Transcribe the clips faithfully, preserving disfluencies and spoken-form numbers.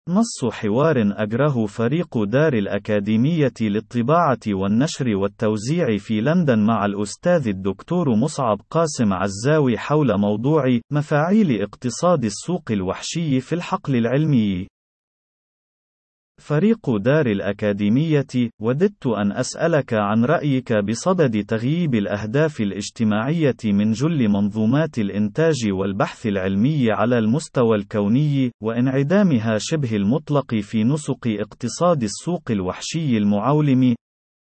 نص حوار أجره فريق دار الأكاديمية للطباعة والنشر والتوزيع في لندن مع الأستاذ الدكتور مصعب قاسم عزاوي حول موضوع مفاعيل اقتصاد السوق الوحشي في الحقل العلمي. فريق دار الأكاديمية: وددت أن أسألك عن رأيك بصدد تغييب الأهداف الاجتماعية من جل منظومات الإنتاج والبحث العلمي على المستوى الكوني، وانعدامها شبه المطلق في نسق اقتصاد السوق الوحشي المعولم.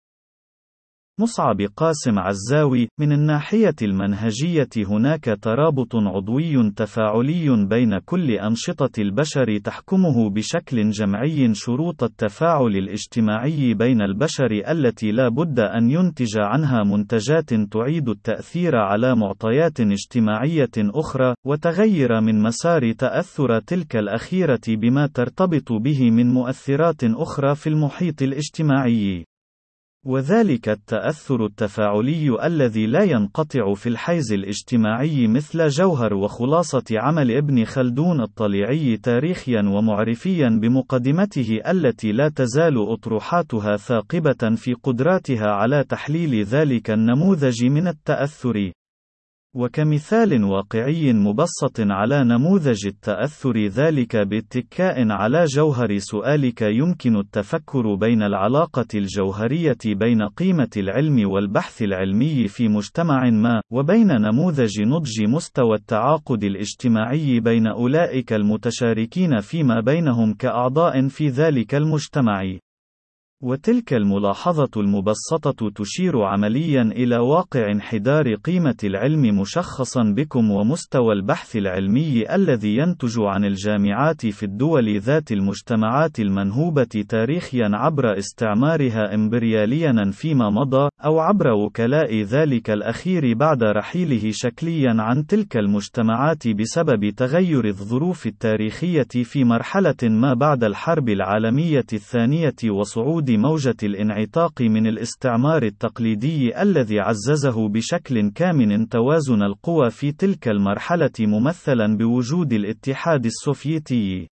مصعب قاسم عزاوي: من الناحية المنهجية هناك ترابط عضوي تفاعلي بين كل أنشطة البشر تحكمه بشكل جمعي شروط التفاعل الاجتماعي بين البشر التي لا بد أن ينتج عنها منتجات تعيد التأثير على معطيات اجتماعية أخرى، وتغير من مسار تأثر تلك الأخيرة بما ترتبط به من مؤثرات أخرى في المحيط الاجتماعي. وذلك التأثر التفاعلي الذي لا ينقطع في الحيز الاجتماعي مثل جوهر وخلاصة عمل ابن خلدون الطليعي تاريخيا ومعرفيا بمقدمته التي لا تزال أطروحاتها ثاقبة في قدراتها على تحليل ذلك النموذج من التأثر. وكمثال واقعي مبسط على نموذج التأثر ذلك باتكاء على جوهر سؤالك، يمكن التفكر بين العلاقة الجوهرية بين قيمة العلم والبحث العلمي في مجتمع ما، وبين نموذج نضج مستوى التعاقد الاجتماعي بين أولئك المتشاركين فيما بينهم كأعضاء في ذلك المجتمع. وتلك الملاحظة المبسطة تشير عمليا إلى واقع انحدار قيمة العلم مشخصا بكم ومستوى البحث العلمي الذي ينتج عن الجامعات في الدول ذات المجتمعات المنهوبة تاريخيا عبر استعمارها إمبرياليا فيما مضى، أو عبر وكلاء ذلك الأخير بعد رحيله شكليا عن تلك المجتمعات بسبب تغير الظروف التاريخية في مرحلة ما بعد الحرب العالمية الثانية وصعود موجة الانعتاق من الاستعمار التقليدي الذي عززه بشكل كامن توازن القوى في تلك المرحلة ممثلا بوجود الاتحاد السوفيتي.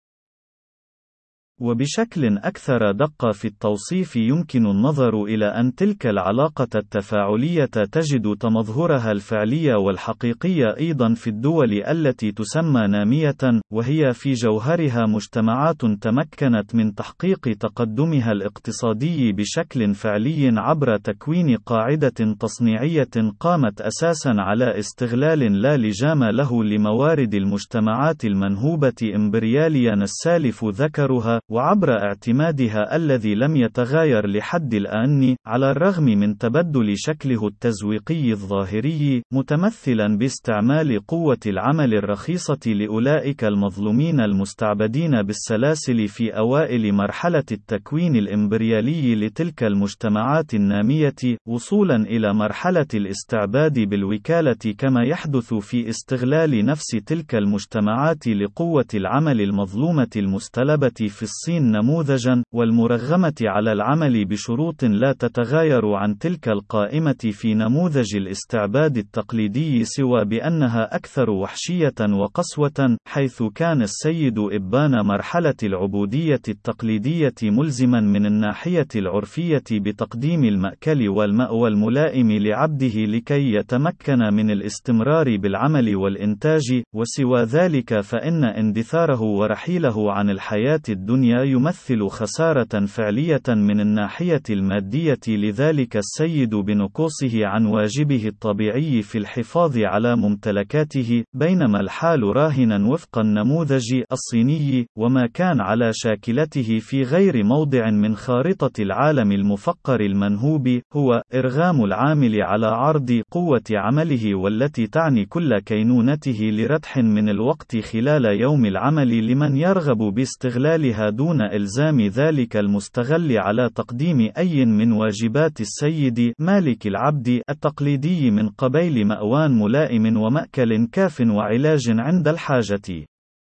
وبشكل أكثر دقة في التوصيف يمكن النظر إلى أن تلك العلاقة التفاعلية تجد تمظهرها الفعلي والحقيقي أيضا في الدول التي تسمى نامية، وهي في جوهرها مجتمعات تمكنت من تحقيق تقدمها الاقتصادي بشكل فعلي عبر تكوين قاعدة تصنيعية قامت أساسا على استغلال لا لجام له لموارد المجتمعات المنهوبة إمبرياليا السالف ذكرها، وعبر اعتمادها الذي لم يتغاير لحد الآن، على الرغم من تبدل شكله التسويقي الظاهري، متمثلا باستعمال قوة العمل الرخيصة لأولئك المظلومين المستعبدين بالسلاسل في أوائل مرحلة التكوين الإمبريالي لتلك المجتمعات النامية، وصولا إلى مرحلة الاستعباد بالوكالة كما يحدث في استغلال نفس تلك المجتمعات لقوة العمل المظلومة المستلبة في الصين نموذجا، والمرغمة على العمل بشروط لا تتغاير عن تلك القائمة في نموذج الاستعباد التقليدي، سوى بأنها أكثر وحشية وقسوة، حيث كان السيد إبان مرحلة العبودية التقليدية ملزما من الناحية العرفية بتقديم المأكل والمأوى الملائم لعبده لكي يتمكن من الاستمرار بالعمل والإنتاج، وسوى ذلك فإن اندثاره ورحيله عن الحياة الدنيا يمثل خسارة فعلية من الناحية المادية لذلك السيد بنقوصه عن واجبه الطبيعي في الحفاظ على ممتلكاته، بينما الحال راهنا وفق النموذج الصيني، وما كان على شاكلته في غير موضع من خارطة العالم المفقر المنهوب، هو إرغام العامل على عرض قوة عمله والتي تعني كل كينونته لردح من الوقت خلال يوم العمل لمن يرغب باستغلالها دون إلزام ذلك المستغل على تقديم أي من واجبات السيد مالك العبد التقليدي من قبيل مأوى ملائم ومأكل كاف وعلاج عند الحاجة.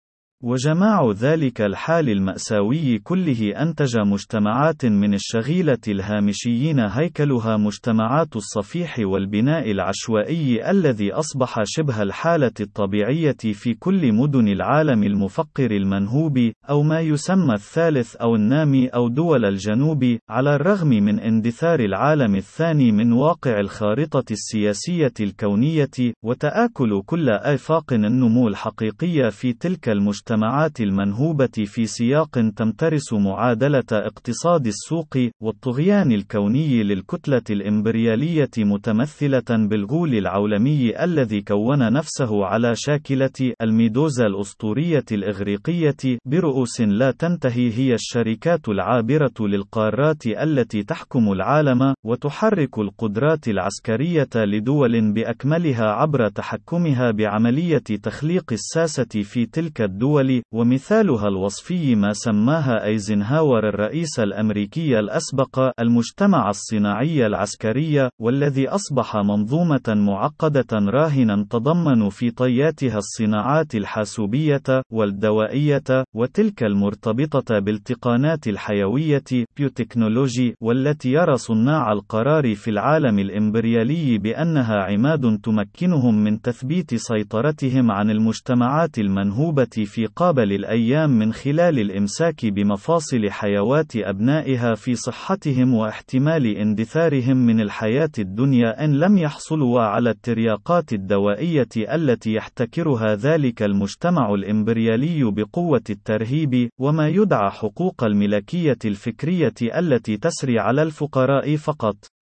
وجماع ذلك الحال المأساوي كله أنتج مجتمعات من الشغيلة الهامشيين هيكلها مجتمعات الصفيح والبناء العشوائي الذي أصبح شبه الحالة الطبيعية في كل مدن العالم المفقر المنهوب، أو ما يسمى الثالث أو النامي أو دول الجنوب، على الرغم من اندثار العالم الثاني من واقع الخارطة السياسية الكونية، وتآكل كل آفاق النمو الحقيقية في تلك المجتمعات المنهوبة في سياق تمترس معادلة اقتصاد السوق، والطغيان الكوني للكتلة الإمبريالية متمثلة بالغول العولمي الذي كون نفسه على شاكلة الميدوزا الأسطورية الإغريقية برؤوس لا تنتهي، هي الشركات العابرة للقارات التي تحكم العالم وتحرك القدرات العسكرية لدول بأكملها عبر تحكمها بعملية تخليق الساسة في تلك الدول. ومثالها الوصفي ما سماها أيزنهاور الرئيس الأمريكي الأسبق المجتمع الصناعي العسكري، والذي أصبح منظومة معقدة راهنا تضمن في طياتها الصناعات الحاسوبية والدوائية وتلك المرتبطة بالتقنيات الحيوية بيوتكنولوجي، والتي يرى صناع القرار في العالم الإمبريالي بأنها عماد تمكنهم من تثبيت سيطرتهم عن المجتمعات المنهوبة في قابل الأيام من خلال الإمساك بمفاصل حيوات أبنائها في صحتهم واحتمال اندثارهم من الحياة الدنيا إن لم يحصلوا على الترياقات الدوائية التي يحتكرها ذلك المجتمع الإمبريالي بقوة الترهيب، وما يدعى حقوق الملكية الفكرية التي تسري على الفقراء فقط.